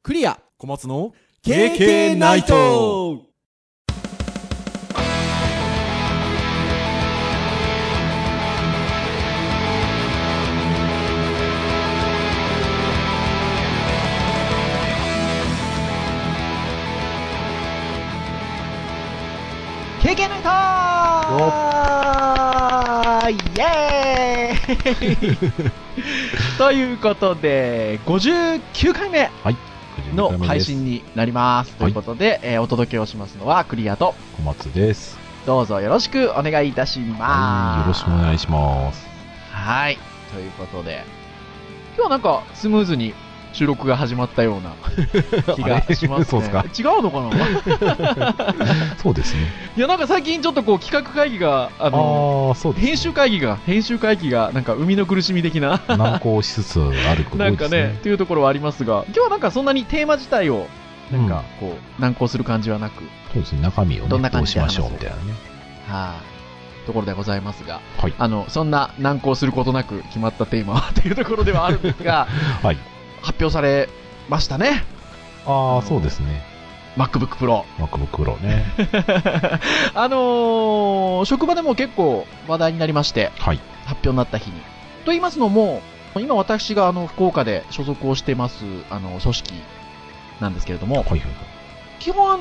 クリア小松の KK ナイト。 KK ナイトイエーイということで59回目の配信になります。ということで、お届けをしますのはクリアと小松です。 どうぞよろしくお願いいたします。 よろしくお願いします。 はい。ということで、今日はなんかスムーズに収録が始まったような気がしますね。 そうですか？ 違うのかなそうですね。 いや、なんか最近ちょっとこう企画会議が、 そうですね、 編集会議がなんか生みの苦しみ的な難航しつつあることですね。 なんかね、というところはありますが、今日はなんかそんなにテーマ自体を、なんかこう、難航する感じはなく。 そうですね、中身をね、 どんな感じでどうしましょうみたいなね。 はい、ところでございますが、 はい、 そんな難航することなく決まったテーマはというところではあるんですが、 はい、 発表されましたね。 そうですね。 MacBook Pro。 MacBook Pro ね。 職場でも結構話題になりまして、 はい、 発表になった日に。と言いますのも、今私が福岡で所属をしてます組織なんですけれども、 はいはいはい、 基本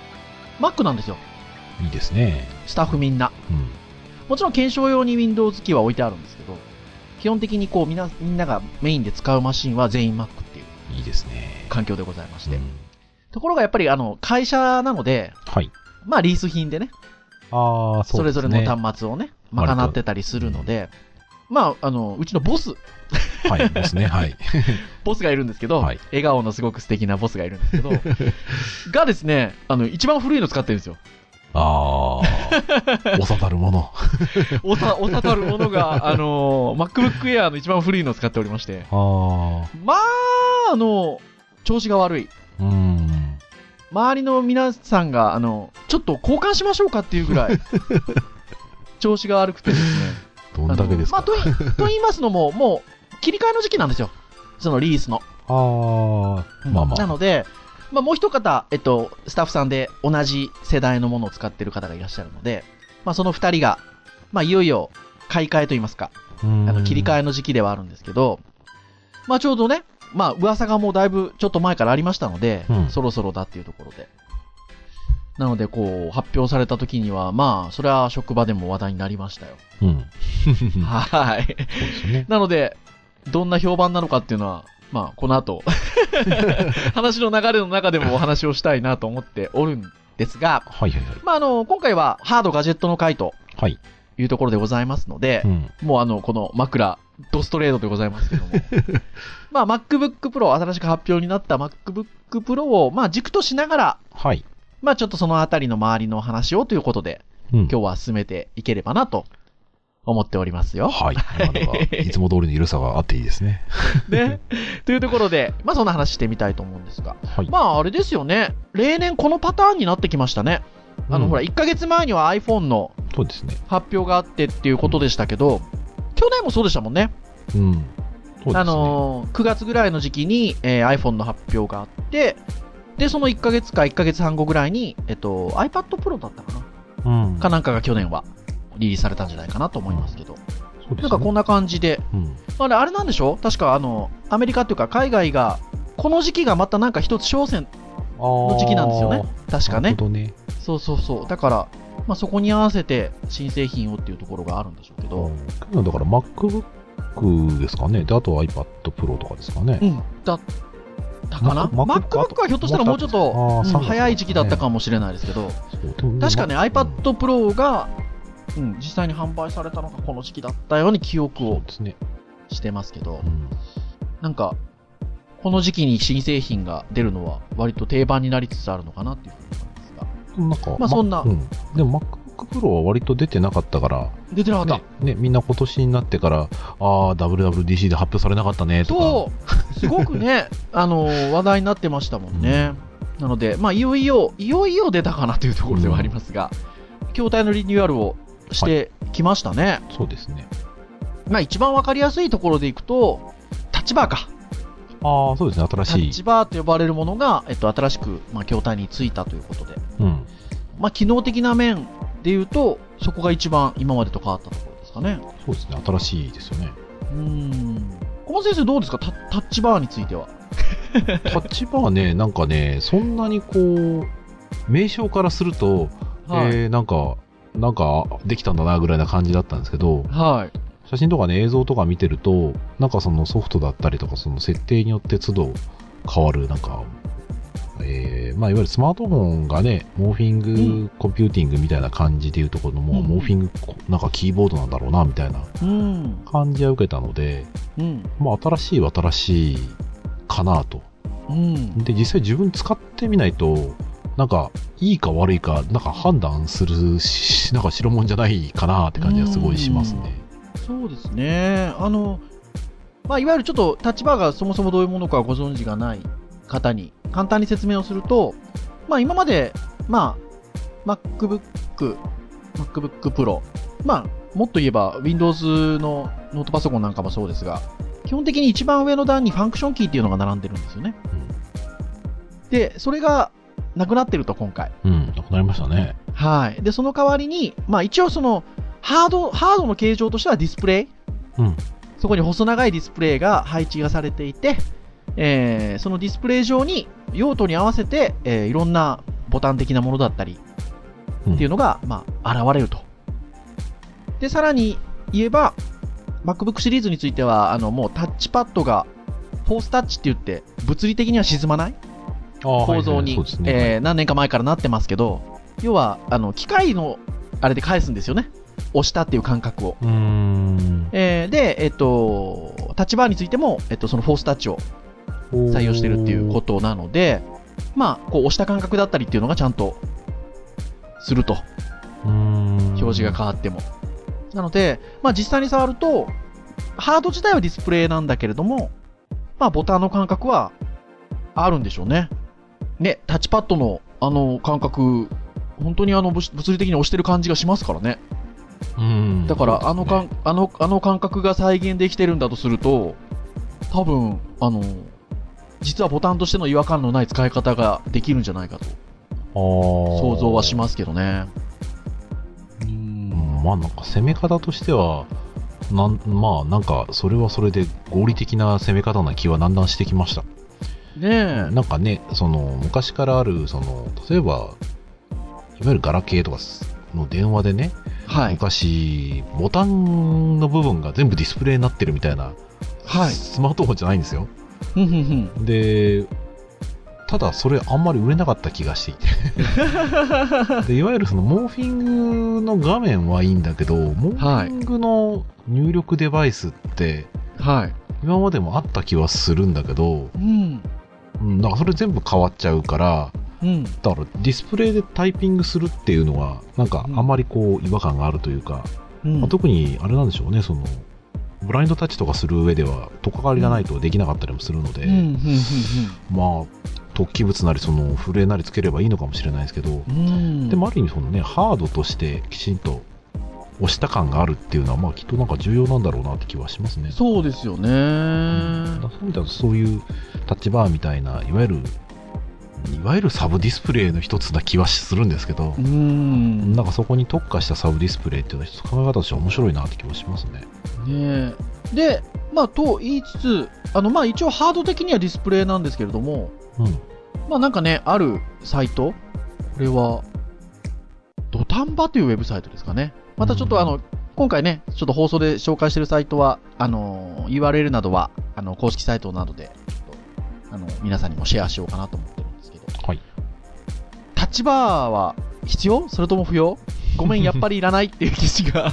Mac なんですよ。 いいですね。 スタッフみんな。もちろん検証用に Windows 機は置いてあるんですけど、基本的にこうみんながメインで使うマシンは全員 Mac っていういいですね。 環境でございまして。ところがやっぱり会社なので、 はい、 まあリース品でね、 そうですね、 それぞれの端末をね、賄ってたりするので、まあ、うちのボス。 はい、ボスね、はい。 ボスがいるんですけど、 はい、 笑顔のすごく素敵なボスがいるんですけど、がですね、一番古いの使ってるんですよ。 おさたるもの。 おさたるものが、MacBook Air の一番古いのを使っておりまして、まあ、調子が悪い。周りの皆さんが、ちょっと交換しましょうかっていうぐらい、調子が悪くてですね。 どんだけですか？ と言いますのも、もう、切り替えの時期なんですよ。そのリースの。 まあまあ。 なので、まあもう一方、スタッフさんで同じ世代のものを使っている方がいらっしゃるので、まあその二人が、まあいよいよ買い替えと言いますか、切り替えの時期ではあるんですけど、まあちょうどね、まあ噂がもうだいぶちょっと前からありましたので、そろそろだっていうところで。なのでこう発表された時には、まあそれは職場でも話題になりましたよ。はい。そうですね。なので、どんな評判なのかっていうのは、まあこの後、話の流れの中でもお話をしたいなと思っておるんですが、まあ今回はハードガジェットの回というところでございますので、もうこの枕、ドストレートでございますけども、まあ MacBook Pro、新しく発表になった MacBook Pro をまあ軸としながら、まあちょっとそのあたりの周りの話をということで、今日は進めていければなと思っておりますよ。 はい。いつも通りの緩さがあっていいですね。 ね。というところで、まあそんな話してみたいと思うんですが、まああれですよね。例年このパターンになってきましたね。ほら、1ヶ月前には iPhone の発表があってっていうことでしたけど、去年もそうでしたもんね。9月ぐらいの時期に、iPhone の発表があって、で、その1ヶ月か1ヶ月半後ぐらいに、iPad Pro だったかな、かなんかが去年はリリースされたんじゃないかなと思いますけど。なんかこんな感じで。あれなんでしょう？確かアメリカっていうか海外が、この時期がまたなんか一つ商戦の時期なんですよね。確かね。そうそうそう。だから、まあそこに合わせて新製品をっていうところがあるんでしょうけど。 だから MacBook ですかね。で、あとは iPad Pro とかですかね。 だったかな。MacBook はひょっとしたらもうちょっと早い時期だったかもしれないですけど、確かね iPad Pro が実際に販売されたのがこの時期だったように記憶をしてますけど、なんかこの時期に新製品が出るのは割と定番になりつつあるのかなっていうふうに思いますが、まあそんな、 でも MacBook Pro は割と出てなかったから、 出てなかったね、みんな今年になってからWWDC で発表されなかったねとか、 そうすごくね話題になってましたもんね。なのでまあいよいよ出たかなというところではありますが、筐体のリニューアルをしてきましたね。 そうですね。 まあ一番わかりやすいところでいくとタッチバーか。 ああ、そうですね、新しい。 タッチバーと呼ばれるものが、新しく、筐体についたということで。 うん。 機能的な面で言うと、そこが一番今までと変わったところですかね。 そうですね、新しいですよね。 小松先生どうですか、タッチバーについては。 タッチバーね、なんかね、そんなにこう、名称からすると、 はい、 なんかできたんだなぐらいな感じだったんですけど、 はい、 写真とかね、映像とか見てると、なんかそのソフトだったりとか、その設定によって都度変わる、なんか、いわゆるスマートフォンがね、モーフィングコンピューティングみたいな感じでいうところの、もうモーフィング、なんかキーボードなんだろうな、みたいな感じは受けたので、新しいは新しいかなと。で、実際自分使ってみないと、なんか、いいか悪いか、なんか判断するし、なんか白物じゃないかなって感じがすごいしますね。 そうですね。いわゆるちょっとタッチバーがそもそもどういうものかご存知がない方に簡単に説明をすると、今まで、MacBook Pro、もっと言えば Windows のノートパソコンなんかもそうですが、基本的に一番上の段にファンクションキーっていうのが並んでるんですよね。で、それがなくなってると、今回。 なくなりましたね。 はい。で、その代わりに、一応その、ハードの形状としてはディスプレイ。そこに細長いディスプレイが配置がされていて、そのディスプレイ上に用途に合わせて、いろんなボタン的なものだったりっていうのが、現れると。で、さらに言えば MacBook シリーズについてはもうタッチパッドがフォースタッチって言って物理的には沈まない構造に、何年か前からなってますけど、要は機械のあれで返すんですよね、押したっていう感覚を。で、タッチバーについても、そのフォースタッチを採用してるっていうことなので、こう押した感覚だったりっていうのがちゃんとすると。表示が変わっても。なので、実際に触ると、ハード自体はディスプレイなんだけれども、ボタンの感覚はあるんでしょうね。ね、タッチパッドの感覚、本当に物理的に押してる感じがしますからね。だから、感覚が再現できてるんだとすると、多分、実はボタンとしての違和感のない使い方ができるんじゃないかと、想像はしますけどね。 なんか攻め方としては、なんかそれはそれで合理的な攻め方な気はだんだんしてきました。なんかね、その昔からある例えばいわゆるガラケーとかの電話でね、昔ボタンの部分が全部ディスプレイになってるみたいな、スマートフォンじゃないんですよ。で、ただそれあんまり売れなかった気がしていてで、いわゆるそのモーフィングの画面はいいんだけど、モーフィングの入力デバイスって、今までもあった気はするんだけど、なんかそれ全部変わっちゃうから、だからディスプレイでタイピングするっていうのはなんかあんまりこう違和感があるというか、特にあれなんでしょうね、そのブラインドタッチとかする上では取っかかりがないとできなかったりもするので、突起物なりそのフレなりつければいいのかもしれないですけど、でもある意味そのね、ハードとしてきちんと押した感があるっていうのはきっとなんか重要なんだろうなって気はしますね。 そうですよね。 そういう意味だとそういうタッチバーみたいないわゆるサブディスプレイの一つな気はするんですけど、なんかそこに特化したサブディスプレイっていうのは一つ考え方として面白いなって気はしますね。 で、と言いつつ、一応ハード的にはディスプレイなんですけれども、なんかね、あるサイト、これはドタンバというウェブサイトですかね。またちょっと今回ね、ちょっと放送で紹介しているサイトはURL などは公式サイトなどで皆さんにもシェアしようかなと思ってるんですけど、タッチバーは必要？それとも不要？ごめん、やっぱりいらないっていう記事が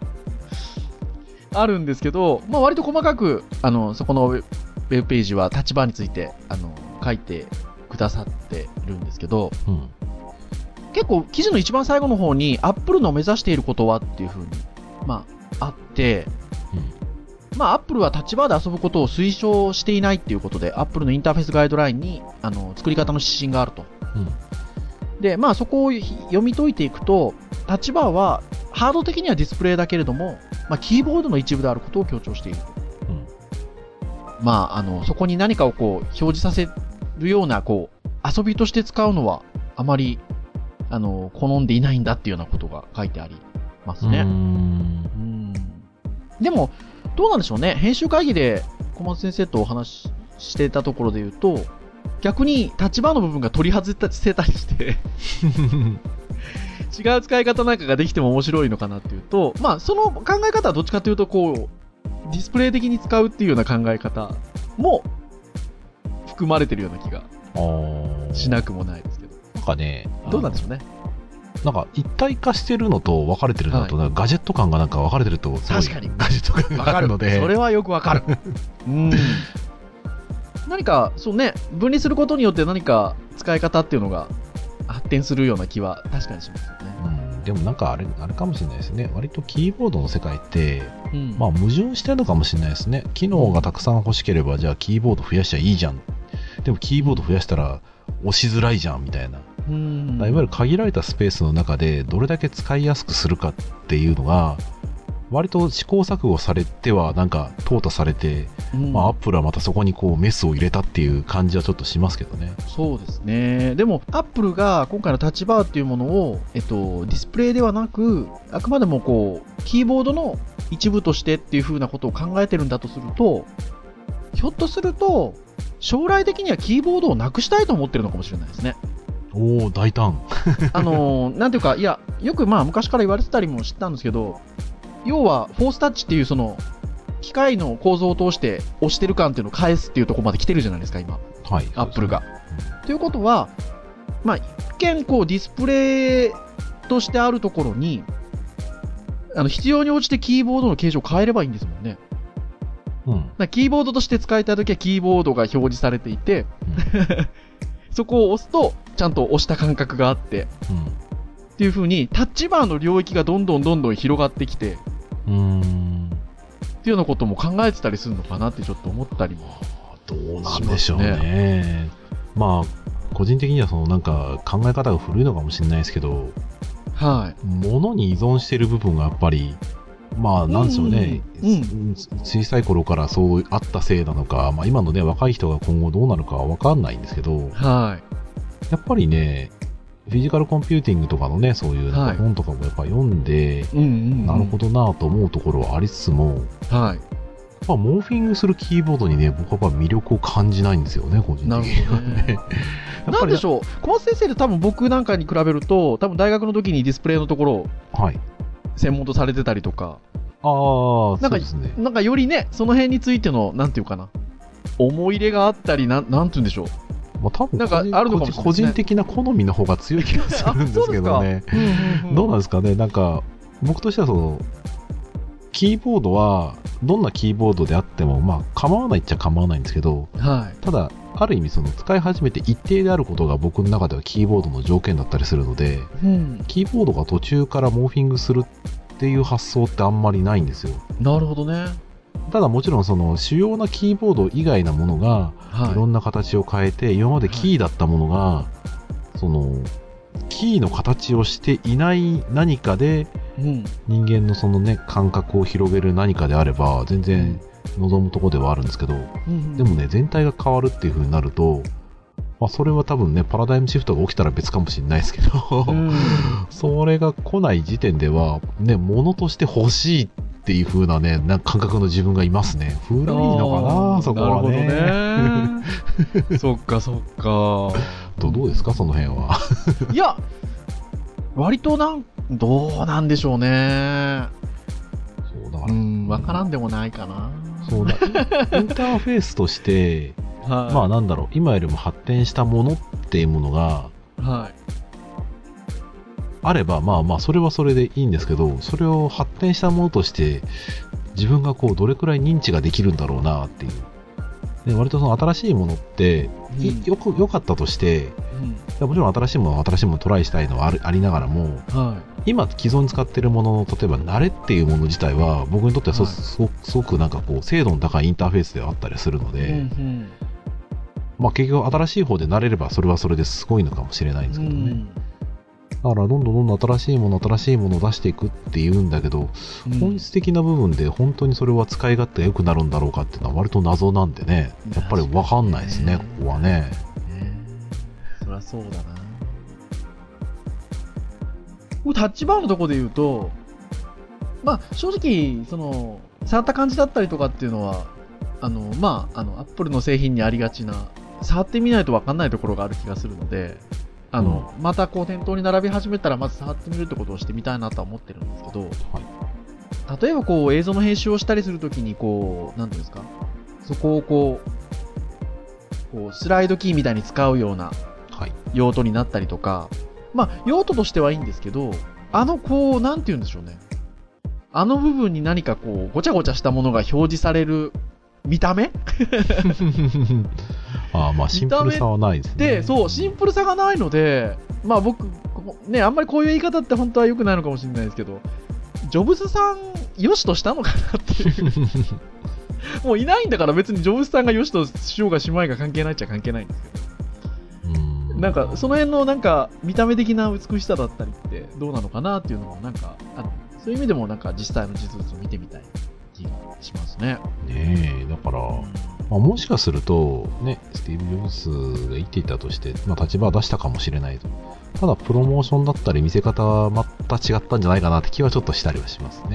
あるんですけど、割と細かくそこのウェブページはタッチバーについて書いてくださってるんですけど、結構記事の一番最後の方に Apple の目指していることはっていう風にあって、Apple はタッチバーで遊ぶことを推奨していないっていうことで、Apple のインターフェースガイドラインに作り方の指針があると。で、そこを読み解いていくと、タッチバーはハード的にはディスプレイだけれども、キーボードの一部であることを強調していると。 そこに何かをこう表示させるようなこう遊びとして使うのはあまり好んでいないんだっていうようなことが書いてありますね。でもどうなんでしょうね。編集会議で小松先生とお話ししていたところで言うと、逆にタッチバーの部分が取り外せたりして違う使い方なんかができても面白いのかなっていうと、その考え方はどっちかというとこうディスプレイ的に使うっていうような考え方も含まれてるような気がしなくもないですけど。 なんかね、 どうなんでしょうね。 なんか一体化してるのと分かれてるのと、なんかガジェット感がなんか分かれてるとすごい確かにガジェット感があるので、 それはよく分かる何かそうね、分離することによって何か使い方っていうのが発展するような気は確かにしますよね。 でもなんかあれかもしれないですね。割とキーボードの世界って、矛盾してるのかもしれないですね。機能がたくさん欲しければ、じゃあキーボード増やしちゃいいじゃん。でもキーボード増やしたら押しづらいじゃんみたいな。いわゆる限られたスペースの中でどれだけ使いやすくするかっていうのが割と試行錯誤されてはなんか淘汰されて、アップルはまたそこにこうメスを入れたっていう感じはちょっとしますけどね。 そうですね。でもアップルが今回のタッチバーっていうものを、ディスプレイではなく、あくまでもこうキーボードの一部としてっていう風なことを考えてるんだとすると、ひょっとすると将来的にはキーボードをなくしたいと思ってるのかもしれないですね。 おお、大胆。 なんていうか、いや、よく昔から言われてたりもしたんですけど、要はフォースタッチっていうその機械の構造を通して押してる感っていうのを返すっていうところまで来てるじゃないですか今、 はい、 アップルが。ということは、一見こうディスプレイとしてあるところに必要に応じてキーボードの形状を変えればいいんですもんね。キーボードとして使いたいときはキーボードが表示されていて、そこを押すとちゃんと押した感覚があって、っていう風にタッチバーの領域がどんどん広がってきて、っていうようなことも考えてたりするのかなってちょっと思ったりもどうなんでしょうね。個人的にはそのなんか考え方が古いのかもしれないですけど、物に依存している部分がやっぱりなんでしょうね、小さい頃からそうあったせいなのか、今のね若い人が今後どうなるかは分かんないんですけど、やっぱりねフィジカルコンピューティングとかのねそういうなんか本とかもやっぱ読んで、なるほどなと思うところはありつつも、モーフィングするキーボードにね僕は魅力を感じないんですよね、個人的にはね。 なんでしょう、小松先生って多分僕なんかに比べると多分大学の時にディスプレイのところを専門とされてたりとか、 そうですね、 なんかよりねその辺についてのなんていうかな、思い入れがあったりなんて言うんでしょう、 多分個人的な好みの方が強い気がするんですけどね。どうなんですかね。なんか僕としてはそのキーボードはどんなキーボードであっても構わないっちゃ構わないんですけど、ただある意味その使い始めて一定であることが僕の中ではキーボードの条件だったりするので、キーボードが途中からモーフィングするっていう発想ってあんまりないんですよ。 なるほどね。 ただもちろんその主要なキーボード以外なものがいろんな形を変えて、今までキーだったものがそのキーの形をしていない何かで人間のそのね感覚を広げる何かであれば全然望むところではあるんですけど、でもね全体が変わるっていう風になると、それは多分ねパラダイムシフトが起きたら別かもしれないですけど、それが来ない時点ではね物として欲しいっていう風なね感覚の自分がいますね。古いのかなそこはね。 なるほどね。そっかそっか。 どうですかその辺は。 いや割とどうなんでしょうね。 そうだから分からんでもないかな。 そうだインターフェースとしてなんだろう今よりも発展したものっていうものがあればそれはそれでいいんですけど、それを発展したものとして自分がこうどれくらい認知ができるんだろうなっていう。で割とその新しいものってよかったとして、もちろん新しいものはトライしたいのはありながらも、今既存に使っているものの例えば慣れっていうもの自体は僕にとってはすごくなんかこう精度の高いインターフェースではあったりするので、結局新しい方で慣れればそれはそれですごいのかもしれないんですけどね。 だからどんどん新しいものを出していくっていうんだけど、本質的な部分で本当にそれは使い勝手が良くなるんだろうかっていうのは割と謎なんでね、やっぱり分かんないですね、ここはね。 そりゃそうだな。タッチバーのところで言うと、正直触った感じだったりとかっていうのはアップルの製品にありがちな、触ってみないと分かんないところがある気がするので、また店頭に並び始めたらまず触ってみるってことをしてみたいなとは思ってるんですけど、例えば映像の編集をしたりするときになんていうんですか、そこをスライドキーみたいに使うような用途になったりとか、用途としてはいいんですけど、なんて言うんでしょうね。部分に何かごちゃごちゃしたものが表示される見た目シンプルさはないですね。 そう、シンプルさがないので、僕、ね、あんまりこういう言い方って本当は良くないのかもしれないですけど、ジョブズさん、良しとしたのかなっていう。もういないんだから別にジョブズさんが良しとしようがしまいが関係ないっちゃ関係ないんですけど。なんか、その辺の見た目的な美しさだったりってどうなのかなっていうのをそういう意味でも実際の実物を見てみたい気がしますね。 だから、もしかすると、ね、スティーブ・ジョブズが言っていたとして、立場は出したかもしれないと。ただ、プロモーションだったり見せ方はまた違ったんじゃないかなって気はちょっとしたりはしますね。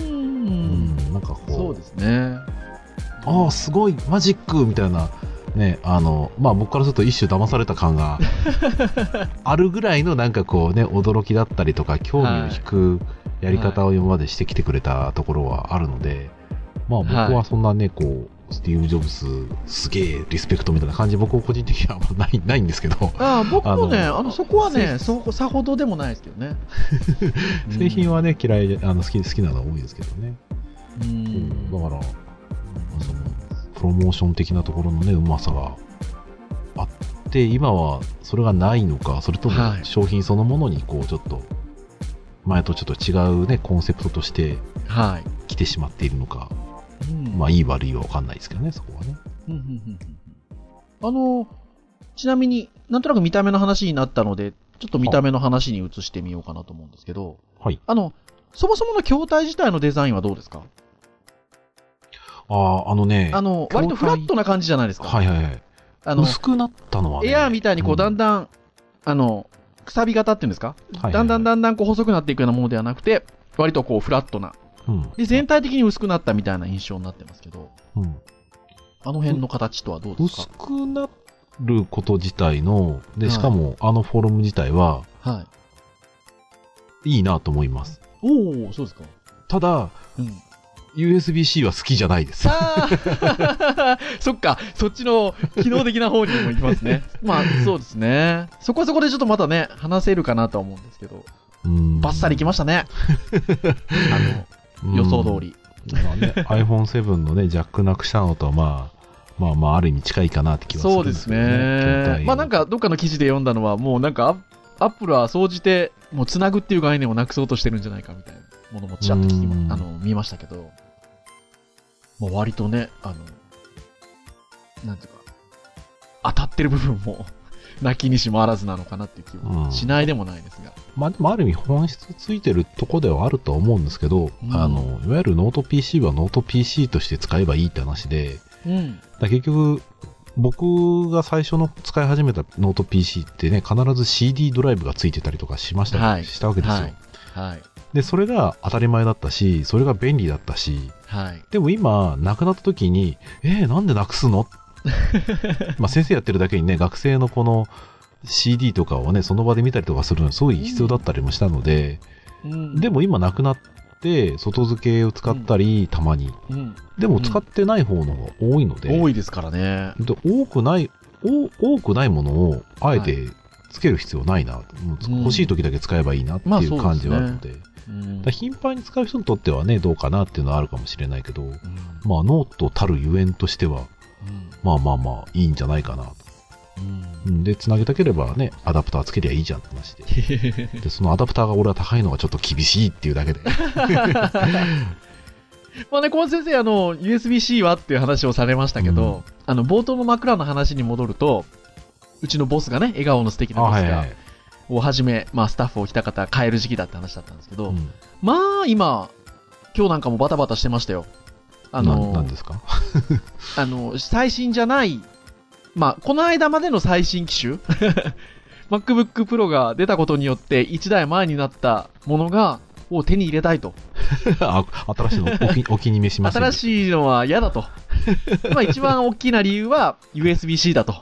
そうですね。 すごい、マジックみたいな。ね、僕からすると一種騙された感があるぐらいの驚きだったりとか興味を引くやり方を今までしてきてくれたところはあるので、僕はそんなね、スティーブ・ジョブズすげえリスペクトみたいな感じ、僕は個人的にはないんですけど、 僕もね、そこはね、さほどでもないですけどね。 製品はね、嫌い、好きなのは多いですけどね。だから、プロモーション的なところのね、うまさがあって、今はそれがないのか、それとも商品そのものにちょっと前とちょっと違うね、コンセプトとして来てしまっているのか、いい悪いは分かんないですけどね、そこはね。 ちなみになんとなく見た目の話になったので、ちょっと見た目の話に移してみようかなと思うんですけど、そもそもの筐体自体のデザインはどうですか？割とフラットな感じじゃないですか。 薄くなったのはね、 エアーみたいにだんだん、くさび型っていうんですか、だんだん細くなっていくようなものではなくて、割とフラットな、で全体的に薄くなったみたいな印象になってますけど、あの辺の形とはどうですか？ 薄くなること自体ので、しかもフォルム自体は、いいなと思います。 そうですか。 ただ、USB-C は好きじゃないです。 そっか、そっちの機能的な方にも行きますね。そうですね。そこはそこでちょっとまたね、話せるかなとは思うんですけど、バッサリ行きましたね。予想通り。 iPhone7 のね、ジャックなくしたのとはある意味近いかなって気はするんですけどね。 そうですね。どっかの記事で読んだのは、もうアップルは総じて、もうつなぐっていう概念をなくそうとしてるんじゃないかみたいなものもちらっと見ましたけど、割とね、なんていうか、当たってる部分も、なきにしもあらずなのかなっていう気はしないでもないですが。 でもある意味本質ついてるとこではあると思うんですけど、いわゆるノート PC はノート PC として使えばいいって話で、結局、僕が最初の使い始めたノート PC ってね、必ず CD ドライブがついてたりとかしたわけですよ。で、それが当たり前だったし、それが便利だったし、でも今、なくなった時に、なんでなくすの先生やってるだけにね、学生のこの CD とかをね、その場で見たりとかするのすごい必要だったりもしたので、でも今なくなって、外付けを使ったり、たまに。でも使ってない方のが多いので。 多いですからね。 で、多くないものを、あえてつける必要ないな。欲しい時だけ使えばいいなっていう感じはあるので。頻繁に使う人にとってはね、どうかなっていうのはあるかもしれないけど、ノートたるゆえんとしては、いいんじゃないかなと。で、繋げたければね、アダプターつけりゃいいじゃんって話で。で、そのアダプターが俺は高いのがちょっと厳しいっていうだけで。 小松先生、USB-C はっていう話をされましたけど、冒頭の枕の話に戻ると、うちのボスがね、笑顔の素敵なボスが、 をはじめ、まあスタッフを来た方変える時期だって話だったんですけど、まあ今日なんかもバタバタしてましたよ。 何ですか？ 最新じゃない、まあこの間までの最新機種MacBook Pro が出たことによって1台前になったものを手に入れたいと。 新しいのお気に召しますね。 新しいのは嫌だと。まあ一番大きな理由は USB-C だと。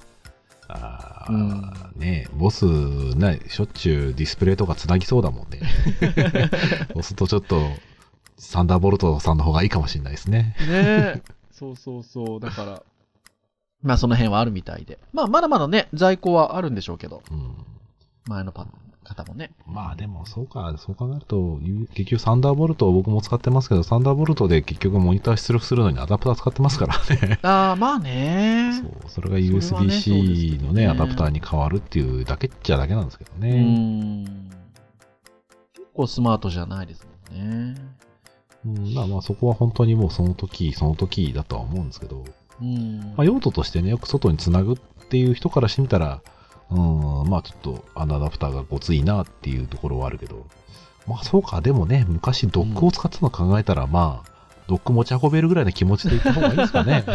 ねえ、ボスね、しょっちゅうディスプレイとかつなぎそうだもんね。そうするとちょっとサンダーボルトさんの方がいいかもしれないですね。 ねえ。そうそうそう。だから、まあその辺はあるみたいで。まあまだまだね、在庫はあるんでしょうけど。前の方もね。 まあでもそう考えると、結局サンダーボルトを僕も使ってますけど、サンダーボルトで結局モニター出力するのにアダプター使ってますからね。 まあね。 それが USB-C のね、アダプターに変わるっていうだけっちゃだけなんですけどね。 結構スマートじゃないですもんね。 まあそこは本当にもうその時だとは思うんですけど、まあ用途としてね、よく外につなぐっていう人からしてみたら、まあちょっとアダプターがごついなっていうところはあるけど、まあそうか、でもね、昔ドックを使ってたの考えたら、まあ、ドック持ち運べるぐらいの気持ちでいった方がいいですかね。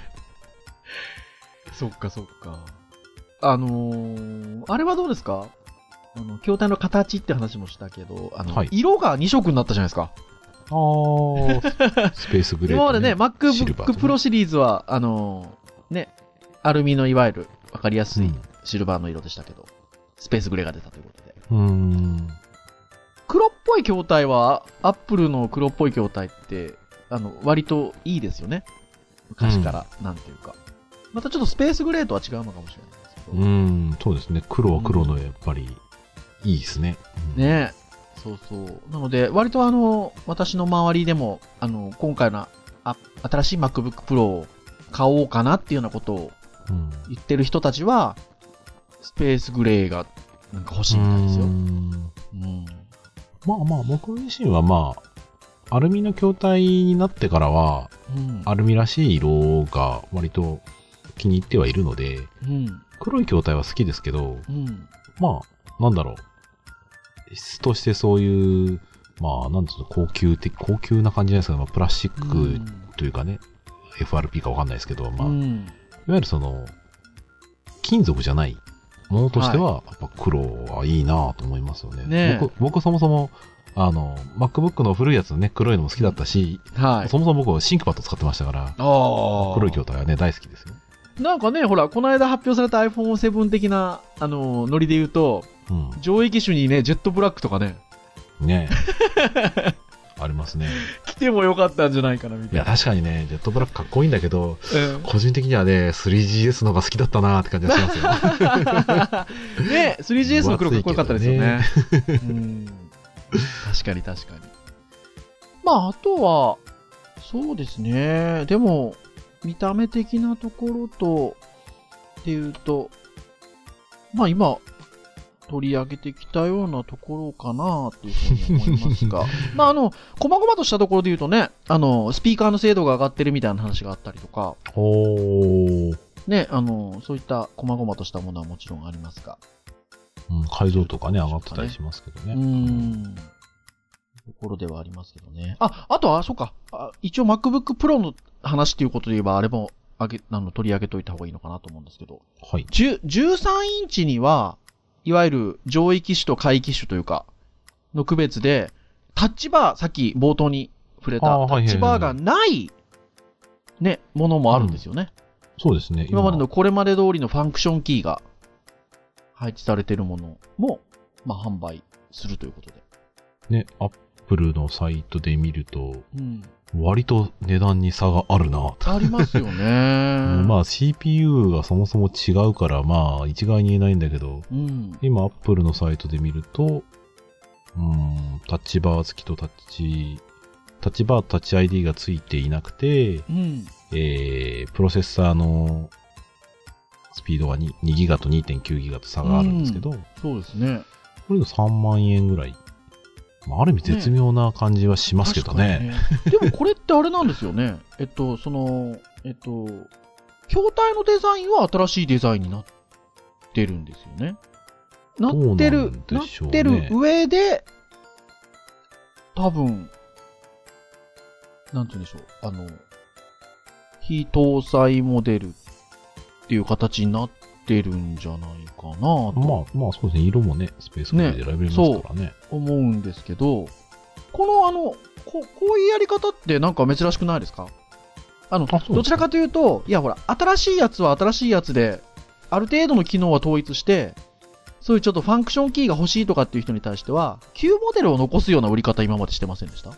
そっかそっか。あれはどうですか？筐体の形って話もしたけど、色が2色になったじゃないですか。 スペースグレー、 今までね、MacBook Pro シリーズは、ね、アルミのいわゆるわかりやすいシルバーの色でしたけど、スペースグレーが出たということで。黒っぽい筐体は、Apple の黒っぽい筐体って、割といいですよね。昔から、なんていうか。またちょっとスペースグレーとは違うのかもしれないですけど。 そうですね。黒は黒のやっぱり、いいですね。 ねえ。そうそう。なので、割と私の周りでも、今回の新しい MacBook Pro を買おうかなっていうようなことを言ってる人たちは、スペースグレーがなんか欲しいみたいですよ。 まあまあ、僕自身はまあ、アルミの筐体になってからは、アルミらしい色が割と気に入ってはいるので、黒い筐体は好きですけど、まあ、なんだろう。質としてそういう、まあ、なんつうの、高級な感じじゃないですか、まあ、プラスチックというかね、FRP かわかんないですけど、まあ、いわゆるその、金属じゃないものとしては、やっぱ黒はいいなと思いますよね。僕そもそも、MacBook の古いやつね、黒いのも好きだったし、そもそも僕はシンクパッド使ってましたから、黒い筐体はね、大好きですよ。 なんかね、ほら、この間発表された iPhone7 的な、ノリで言うと、上位機種にね、ジェットブラックとかね。 ねありますね。 来てもよかったんじゃないかな、みたいな。 いや、確かにね、ジェットブラックかっこいいんだけど、個人的にはね、3GS の方が好きだったなーって感じがしますよ。 ね 3GS の黒かっこよかったですよね。確かに確かに。まあ、あとは、そうですね。でも、見た目的なところと、っていうと、まあ今、取り上げてきたようなところかなっていうふうに思いますが。まあ細々としたところで言うとね、スピーカーの精度が上がってるみたいな話があったりとか。ね、そういった細々としたものはもちろんありますが。 解像度とかね、上がってたりしますけどね。 ところではありますけどね。あとは、そうか。一応 MacBook Pro の話っていうことで言えば、あれも取り上げといた方がいいのかなと思うんですけど。 はい。 13インチには、いわゆる上位機種と下位機種というか、の区別で、タッチバー、さっき冒頭に触れたタッチバーがない、ね、ものもあるんですよね。 そうですね。 今までのこれまで通りのファンクションキーが配置されているものも、まあ、販売するということで。 ね、Apple のサイトで見ると、割と値段に差があるなありますよね。 まあ CPU がそもそも違うからまあ一概に言えないんだけど、今 Apple のサイトで見ると、タッチバー付きとタッチバーとタッチ ID が付いていなくて、プロセッサーのスピードが 2ギガと 2.9 ギガと差があるんですけど、 そうですね。 これの3万円ぐらい。ある意味絶妙な感じはしますけどね。 でもこれってあれなんですよね。筐体のデザインは新しいデザインになってるんですよね。 なってる上で、多分、なんて言うんでしょう。非搭載モデルっていう形になってるんじゃないかなと。 まあそうですね。色もね、スペースグレーで選べますからね。 そう思うんですけど、こういうやり方ってなんか珍しくないですか？どちらかというと、いやほら、新しいやつは新しいやつで、ある程度の機能は統一して、そういうちょっとファンクションキーが欲しいとかっていう人に対しては、旧モデルを残すような売り方今までしてませんでした？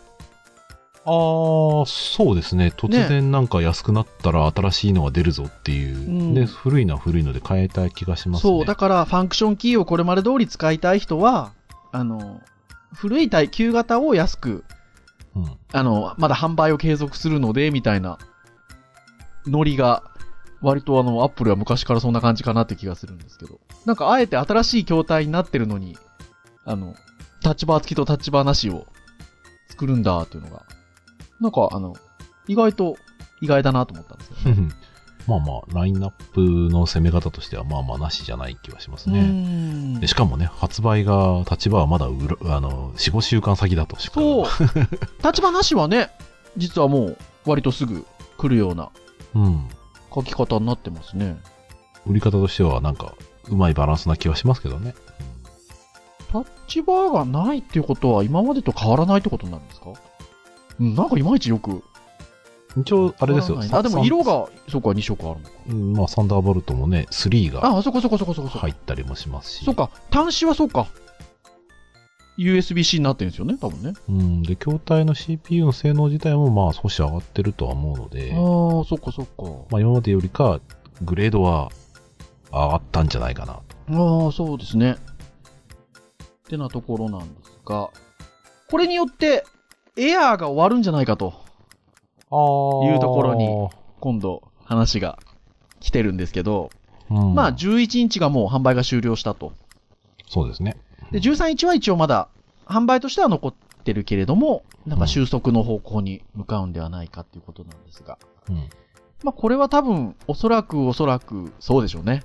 そうですね。突然なんか安くなったら新しいのが出るぞっていう。で、古いのは古いので変えたい気がしますね。 そう、だからファンクションキーをこれまで通り使いたい人は、古い旧型を安く、まだ販売を継続するので、みたいな、ノリが、割とアップルは昔からそんな感じかなって気がするんですけど。なんかあえて新しい筐体になってるのに、タッチバー付きとタッチバーなしを作るんだっていうのが、なんか意外だなと思ったんですよね。 まあまあ、ラインナップの攻め方としてはまあまあなしじゃない気はしますね。でしかもね、発売が、立場はまだ4、5週間先だとしか。 そう。立場なしはね、実はもう割とすぐ来るような書き方になってますね。 売り方としてはなんか、うまいバランスな気はしますけどね。 タッチバーがないっていうことは今までと変わらないってことになるんですか？なんかいまいちよく。 一応、あれですよ。 でも色が、そうか、2色あるのか。 まあ、サンダーボルトもね、3が。 そこ。 入ったりもしますし。 そうか、端子はそうか。USB-C になってるんですよね、多分ね。 で、筐体の CPU の性能自体もまあ少し上がってるとは思うので。 そっか。 まあ、今までよりか、グレードは上がったんじゃないかな。 そうですね。ってなところなんですが、これによって、エアーが終わるんじゃないかと。いうところに、今度、話が来てるんですけど、まあ、11インチがもう販売が終了したと。 そうですね。 で、13インチは一応まだ、販売としては残ってるけれども、なんか収束の方向に向かうんではないかっていうことなんですが。まあ、これは多分、おそらく、そうでしょうね。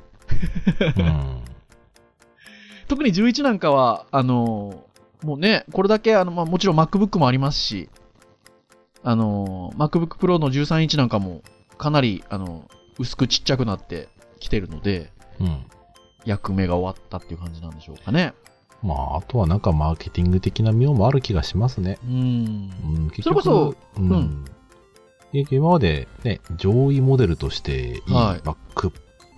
特に11なんかは、もうね、これだけ、まあ、もちろん MacBook もありますし、MacBook Pro の13インチなんかも、かなり、薄くちっちゃくなってきてるので、役目が終わったっていう感じなんでしょうかね。 まあ、あとはなんかマーケティング的な妙もある気がしますね。結局それこそ、 今までね、上位モデルとしていい MacBook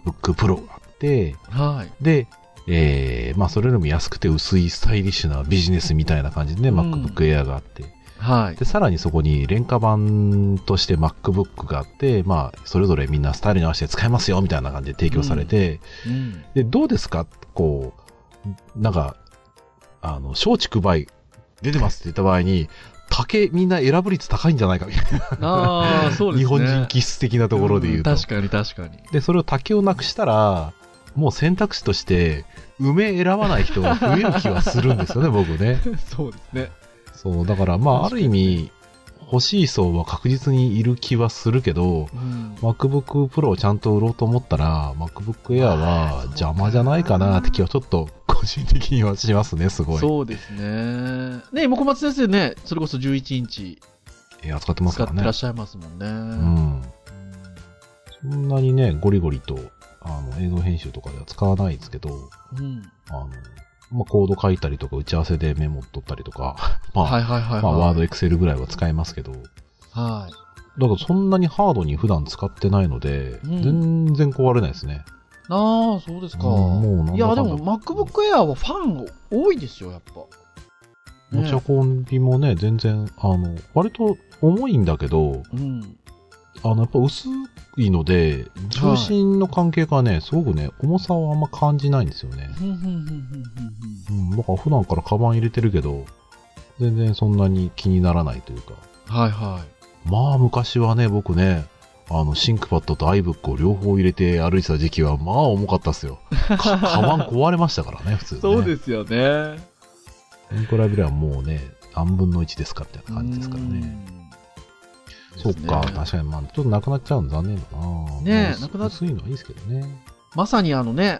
Pro があって、で、まあ、それよりも安くて薄いスタイリッシュなビジネスみたいな感じでね、MacBook Air があって、で、さらにそこに廉価版として MacBook があって、まあ、それぞれみんなスタイルに合わせて使えますよ、みたいな感じで提供されて、で、どうですかこう、なんか、松竹梅出てますって言った場合に、竹みんな選ぶ率高いんじゃないかみたいな。そうですね。日本人気質的なところで言うと。 確かに。 で、それを竹をなくしたら、もう選択肢として、梅選ばない人が増える気はするんですよね、僕ね。 そうですね。 そう、だからまあ、ある意味、欲しい層は確実にいる気はするけど、MacBook Pro をちゃんと売ろうと思ったら、MacBook Air は邪魔じゃないかなって気はちょっと個人的にはしますね、すごい。 そうですね。ね、もこまつ先生ね、それこそ11インチ。 使ってますからね。 使ってらっしゃいますもんね。 そんなにね、ゴリゴリと、映像編集とかでは使わないですけど、まあ、コード書いたりとか、打ち合わせでメモ取ったりとか、まあ、ワード、エクセルぐらいは使えますけど、だからそんなにハードに普段使ってないので、全然壊れないですね。 そうですか。いや、でも MacBook Air はファン多いですよ、やっぱ。 持ち運びもね、全然、割と重いんだけど、やっぱ薄いので、重心の関係がね、すごくね、重さはあんま感じないんですよね。だから普段からカバン入れてるけど、全然そんなに気にならないというか。まあ昔はね、僕ね、シンクパッドと iBook を両方入れて歩いてた時期は、まあ重かったっすよ。カバン壊れましたからね、普通ね。 そうですよね。 それくらいではもうね、何分の1ですかみたいな感じですからね。そうか、確かに、ちょっとなくなっちゃうの残念だな。 ねえ、なくなっ薄いのはいいですけどね。 まさに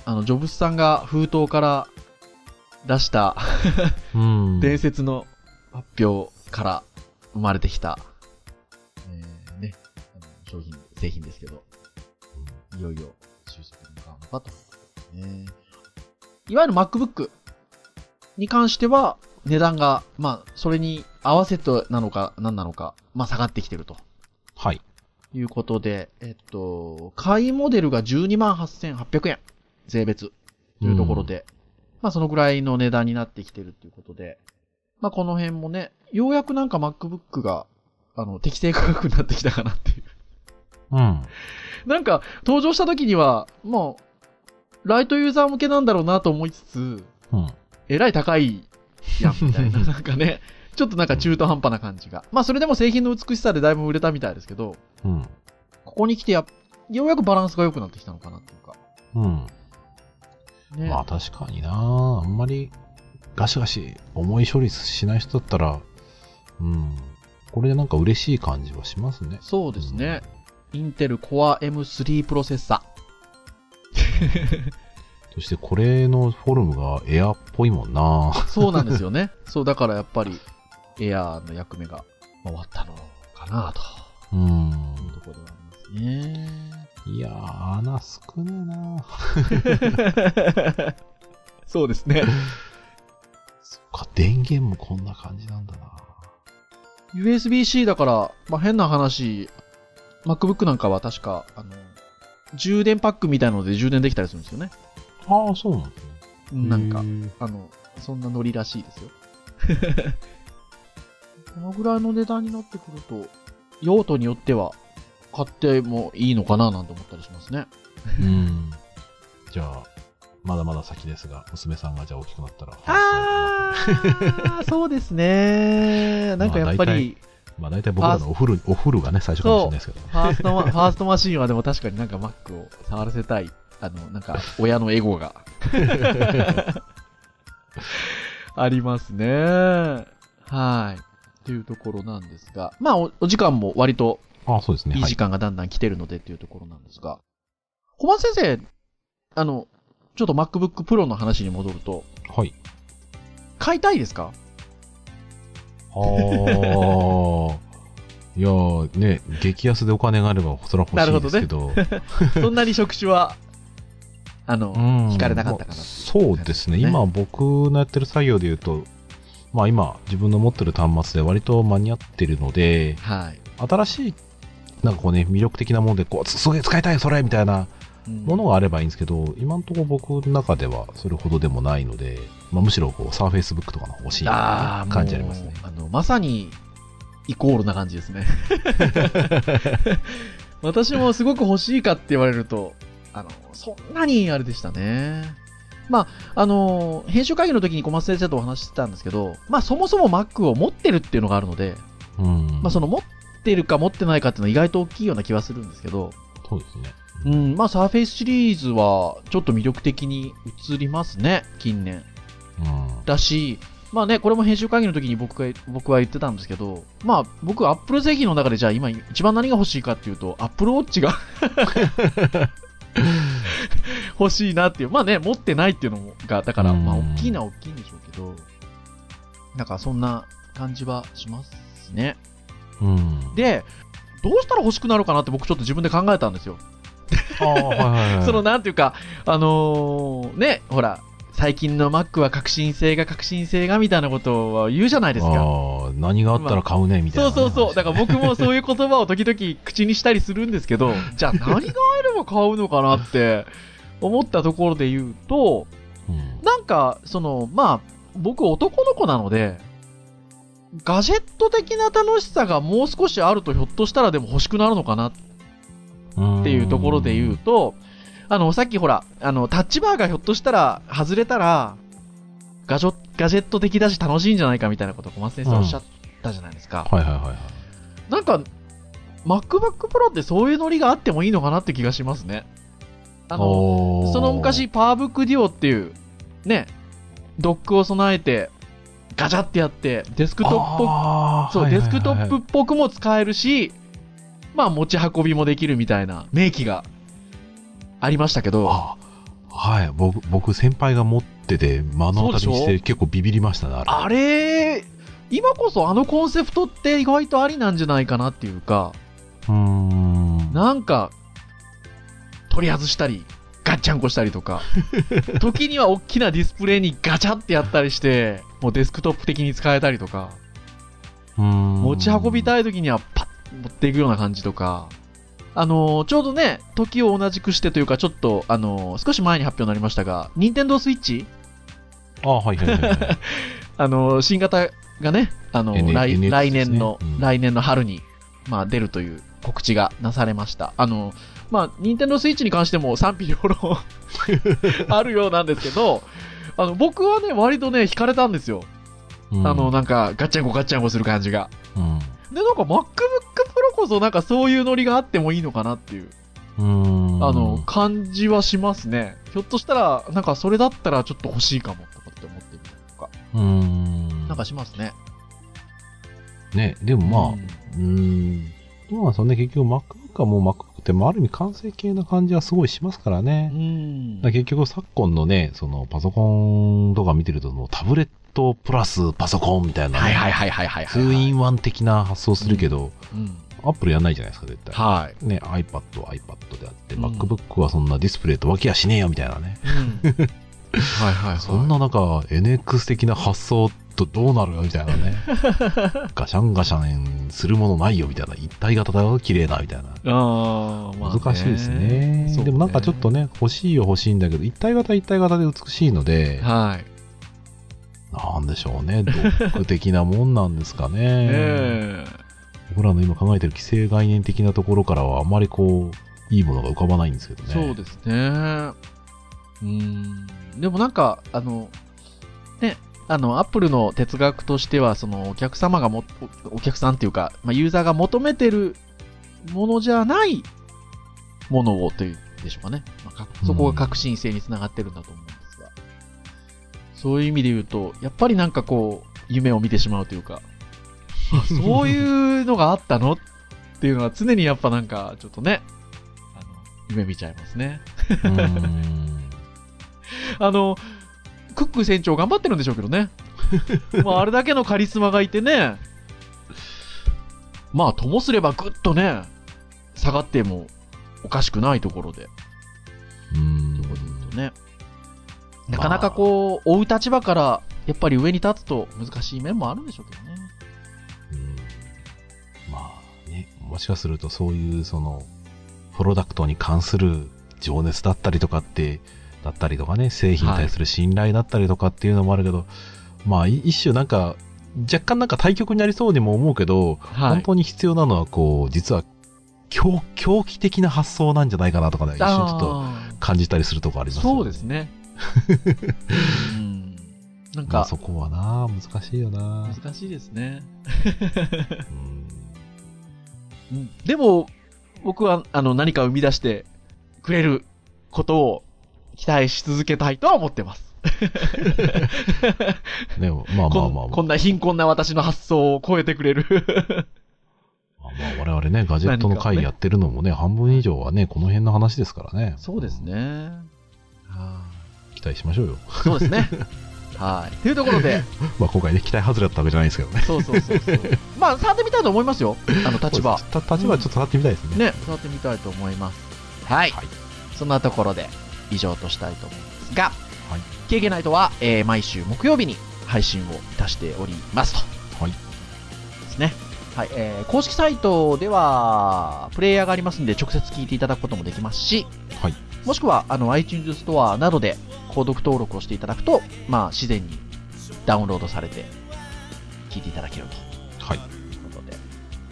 ジョブスさんが封筒から出した伝説の発表から生まれてきた、ね、製品ですけど、いよいよ収束に向かうのかと、ね。いわゆる MacBook に関しては、値段が、まあ、それに合わせてなのか何なのか、まあ、下がってきてると。 はい。 いうことで、買いモデルが128,800円。税別。というところで。まあ、そのぐらいの値段になってきてるということで。まあ、この辺もね、ようやくなんか MacBook が、適正価格になってきたかなっていう。 うん。 なんか、登場した時には、もう、ライトユーザー向けなんだろうなと思いつつ、えらい高いやん、みたいな。なんかね、ちょっとなんか中途半端な感じが。まあ、それでも製品の美しさでだいぶ売れたみたいですけど、ここに来てようやくバランスが良くなってきたのかなっていうか。 ね、まあ確かにな、あんまりガシガシ重い処理しない人だったら、これでなんか嬉しい感じはしますね。 そうですね。インテル Core M3 プロセッサ。 そしてこれのフォルムがエアっぽいもんな。 そうなんですよね。そう、だからやっぱりエアの役目が回ったのかなと。いうところではありますね。 いやー、穴少ねえな。 そうですね。 そっか、電源もこんな感じなんだな。 USB-C だから、まあ、変な話、MacBook なんかは確か、充電パックみたいなので充電できたりするんですよね。 ああ、そうなんですね。 なんか、そんなノリらしいですよ。このぐらいの値段になってくると、用途によっては、買ってもいいのかななんて思ったりしますね。 じゃあ、まだまだ先ですが、娘さんがじゃあ大きくなったら。 そうですね。なんかやっぱり。 まあ大体僕らのお風呂がね、最初かもしれないですけど。 ファーストマシンはでも確かになんか Mac を触らせたい。なんか親のエゴが。ありますね。はい。っていうところなんですが。まあお時間も割と。 そうですね。 いい時間がだんだん来てるのでっていうところなんですが。小松先生、ちょっと MacBook Pro の話に戻ると。 はい。 買いたいですか？ いやーね、激安でお金があればそれは欲しいですけど。 なるほどね。そんなに職種は、惹かれなかったかな、 そうですね。今僕のやってる作業で言うと、まあ今自分の持ってる端末で割と間に合ってるので、 はい。 新しい、なんかこうね、魅力的なもので、こう、すげえ使いたいそれみたいなものがあればいいんですけど、今のところ僕の中ではそれほどでもないので、まあむしろこう、サーフェイスブックとかの欲しいな感じありますね。 まさに、イコールな感じですね。私もすごく欲しいかって言われると、そんなにあれでしたね。まあ、編集会議の時に小松先生とお話ししてたんですけど、まあそもそも Mac を持ってるっていうのがあるので、まあその持ってるか持ってないかっていうのは意外と大きいような気はするんですけど、 そうですね。 まあサーフェイスシリーズはちょっと魅力的に映りますね、近年。だし、まあね、これも編集会議の時に僕は言ってたんですけど、まあ僕、Apple 製品の中でじゃあ今一番何が欲しいかっていうと、Apple Watch が欲しいなっていう。まあね、持ってないっていうのが、だから、まあ大きいのは大きいんでしょうけど、なんかそんな感じはしますね。で、どうしたら欲しくなるかなって僕ちょっと自分で考えたんですよ。そのなんていうか、ね、ほら、最近の Mac は革新性がみたいなことは言うじゃないですか。 何があったら買うねみたいな、ね。 そう。だから僕もそういう言葉を時々口にしたりするんですけど、じゃあ何があれば買うのかなって思ったところで言うと、なんか、まあ、僕男の子なので、ガジェット的な楽しさがもう少しあるとひょっとしたらでも欲しくなるのかなっていうところで言うと、さっきほら、タッチバーがひょっとしたら外れたら、ガジェット的だし楽しいんじゃないかみたいなことを小松先生おっしゃったじゃないですか。なんか、MacBook Pro ってそういうノリがあってもいいのかなって気がしますね。その昔、パワーブックデュオっていう、ね、ドックを備えて、ガチャってやって、デスクトップっぽくも使えるし、まあ持ち運びもできるみたいな名機がありましたけど、 はい、僕先輩が持ってて目の当たりにして結構ビビりましたね。 あれ今こそあのコンセプトって意外とありなんじゃないかなっていうか、なんか取り外したりガッチャンコしたりとか時には大きなディスプレイにガチャってやったりしてもうデスクトップ的に使えたりとか、持ち運びたい時にはパッ持っていくような感じとか、ちょうどね時を同じくしてというかちょっと少し前に発表になりましたが、任天堂スイッチ、 はいはいはい、 新型がね、来年の春に、出るという告知がなされました。任天堂スイッチに関しても賛否両論あるようなんですけど、僕はね、割とね、惹かれたんですよ。なんか、ガッチャンコガッチャンコする感じが。で、なんか MacBook Pro こそなんかそういうノリがあってもいいのかなっていう、感じはしますね。ひょっとしたら、なんかそれだったらちょっと欲しいかもとかって思ってみたりとか。なんかしますね。 ね、でもどうなんですかね、結局 MacBook はもう MacBook ってある意味完成形な感じはすごいしますからね。結局昨今のね、そのパソコンとか見てるとタブレットプラスパソコンみたいな、ね、2 in 1的な発想するけど、アップルやんないじゃないですか、絶対。 はい。 ね、iPad は iPad であって、MacBook はそんなディスプレイと分けやしねえよみたいなね。そんななんか NX 的な発想とどうなるよみたいなね。ガシャンガシャンするものないよみたいな。一体型だよ、綺麗なみたいな。難しいですね。でもなんかちょっとね、欲しいんだけど、一体型で美しいので、なんでしょうね、ドック的なもんなんですかね。僕らの今考えてる既成概念的なところからはあまりいいものが浮かばないんですけどね。 そうですね。でもなんか、アップルの哲学としては、そのお客さんっていうか、ユーザーが求めてるものじゃないものをというでしょうかね。そこが革新性につながってるんだと思うんですが、そういう意味で言うと、やっぱりなんか夢を見てしまうというか、そういうのがあったのっていうのは常にやっぱなんかちょっとね、夢見ちゃいますね。クック船長頑張ってるんでしょうけどね。あれだけのカリスマがいてね、ともすればぐっとね、下がってもおかしくないところで。なかなか追う立場からやっぱり上に立つと難しい面もあるんでしょうけどね。 もしかするとそういうプロダクトに関する情熱だったりとかね、製品に対する信頼だったりとかっていうのもあるけど、一種なんか若干なんか対極になりそうにも思うけど、本当に必要なのは実は狂気的な発想なんじゃないかなとかね、一瞬ちょっと感じたりするとこありますよね。 そうですね。なんかそこは難しいよな。 難しいですね。でも僕は何か生み出してくれることを期待し続けたいとは思ってます。 でもこんな貧困な私の発想を超えてくれる。 我々ね、ガジェットの会やってるのもね、半分以上はね、この辺の話ですからね。 そうですね。 期待しましょうよ。 そうですね。というところで、 今回ね、期待外れだったわけじゃないですけどね。 そう触ってみたいと思いますよ。立場ちょっと触ってみたいですね。 触ってみたいと思います。そんなところで以上としたいと思いますが、KKナイトは、毎週木曜日に配信をいたしておりますと。ですね。公式サイトではプレイヤーがありますので直接聞いていただくこともできますし、もしくはiTunes ストアなどで購読登録をしていただくと、自然にダウンロードされて聞いていただけると。いうことで、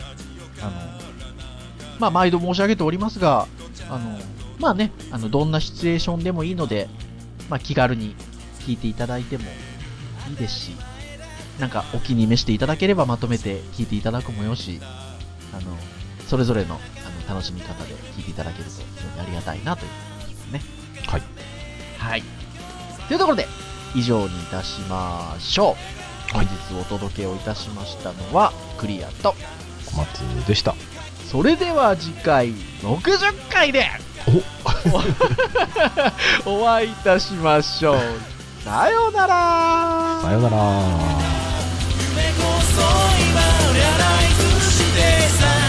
毎度申し上げておりますが、どんなシチュエーションでもいいので、気軽に聞いていただいてもいいですし、なんかお気に召していただければまとめて聞いていただくもよし、それぞれの楽しみ方で聞いていただけると非常にありがたいなということですね。というところで以上にいたしましょう。本日お届けをいたしましたのはクリアと小松でした。 それでは次回60回でお会いいたしましょう。さようなら。 さようなら。 夢こそ今やらないくしてさ